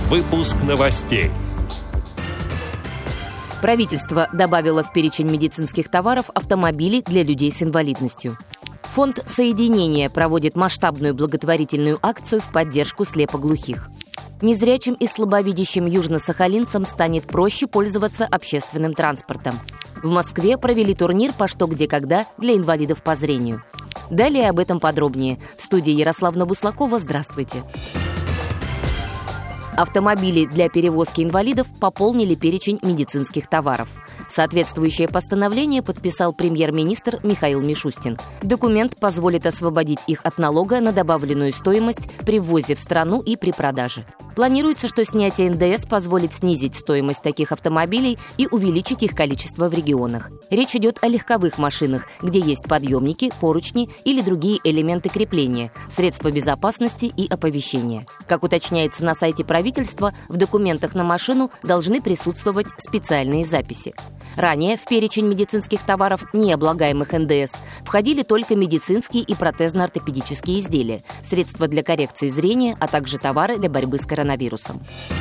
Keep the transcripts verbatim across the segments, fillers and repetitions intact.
Выпуск новостей. Правительство добавило в перечень медицинских товаров автомобили для людей с инвалидностью. Фонд «Соединение» проводит масштабную благотворительную акцию в поддержку слепоглухих. Незрячим и слабовидящим южно-сахалинцам станет проще пользоваться общественным транспортом. В Москве провели турнир по «Что, где, когда» для инвалидов по зрению. Далее об этом подробнее. В студии Ярославна Буслакова. Здравствуйте. Автомобили для перевозки инвалидов пополнили перечень медицинских товаров. Соответствующее постановление подписал премьер-министр Михаил Мишустин. Документ позволит освободить их от налога на добавленную стоимость при ввозе в страну и при продаже. Планируется, что снятие эн дэ эс позволит снизить стоимость таких автомобилей и увеличить их количество в регионах. Речь идет о легковых машинах, где есть подъемники, поручни или другие элементы крепления, средства безопасности и оповещения. Как уточняется на сайте правительства, в документах на машину должны присутствовать специальные записи. Ранее в перечень медицинских товаров, не облагаемых эн дэ эс, входили только медицинские и протезно-ортопедические изделия, средства для коррекции зрения, а также товары для борьбы с коронавирусом.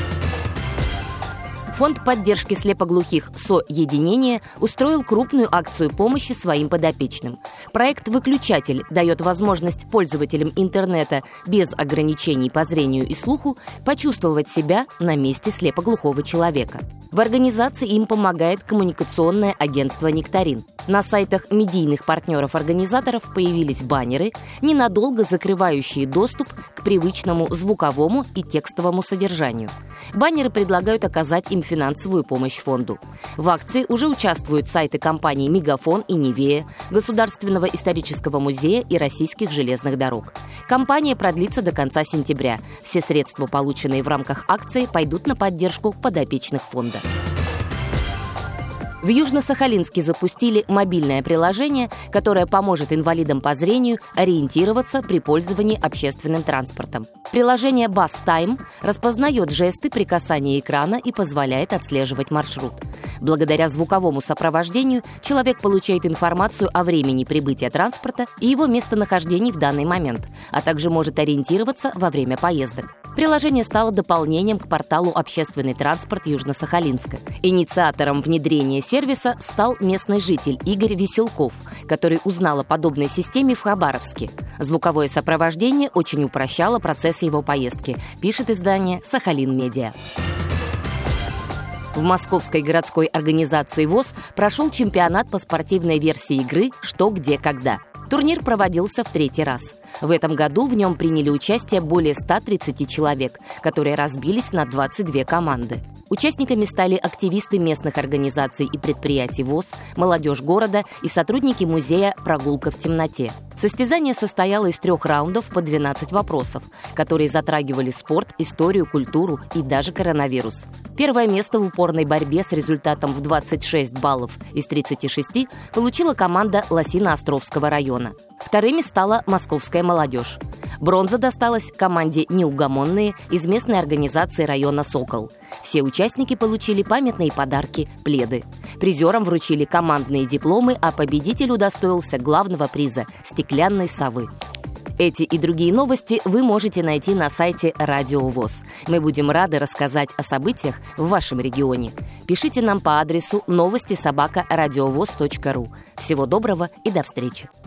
Фонд поддержки слепоглухих «Соединение» устроил крупную акцию помощи своим подопечным. Проект «Выключатель» дает возможность пользователям интернета без ограничений по зрению и слуху почувствовать себя на месте слепоглухого человека. В организации им помогает коммуникационное агентство «Нектарин». На сайтах медийных партнеров-организаторов появились баннеры, ненадолго закрывающие доступ к привычному звуковому и текстовому содержанию. Баннеры предлагают оказать им финансовую помощь фонду. В акции уже участвуют сайты компаний «Мегафон» и «Нивея», Государственного исторического музея и Российских железных дорог. Кампания продлится до конца сентября. Все средства, полученные в рамках акции, пойдут на поддержку подопечных фонда. В Южно-Сахалинске запустили мобильное приложение, которое поможет инвалидам по зрению ориентироваться при пользовании общественным транспортом. Приложение BusTime распознает жесты при касании экрана и позволяет отслеживать маршрут. Благодаря звуковому сопровождению человек получает информацию о времени прибытия транспорта и его местонахождении в данный момент, а также может ориентироваться во время поездок. Приложение стало дополнением к порталу «Общественный транспорт Южно-Сахалинска». Инициатором внедрения сервиса стал местный житель Игорь Веселков, который узнал о подобной системе в Хабаровске. Звуковое сопровождение очень упрощало процесс его поездки, пишет издание «Сахалин Медиа». В Московской городской организации ВОС прошел чемпионат по спортивной версии игры «Что, где, когда». Турнир проводился в третий раз. В этом году в нем приняли участие более ста тридцати человек, которые разбились на двадцать две команды. Участниками стали активисты местных организаций и предприятий ВОС, молодежь города и сотрудники музея «Прогулка в темноте». Состязание состояло из трех раундов по двенадцать вопросов, которые затрагивали спорт, историю, культуру и даже коронавирус. Первое место в упорной борьбе с результатом в двадцать шесть баллов из тридцати шести получила команда Лосино-Островского района. Вторыми стала московская молодежь. Бронза досталась команде «Неугомонные» из местной организации района «Сокол». Все участники получили памятные подарки – пледы. Призерам вручили командные дипломы, а победитель удостоился главного приза – стеклянной совы. Эти и другие новости вы можете найти на сайте Радио ВОС. Мы будем рады рассказать о событиях в вашем регионе. Пишите нам по адресу новости собака радиовос точка ру. Всего доброго и до встречи!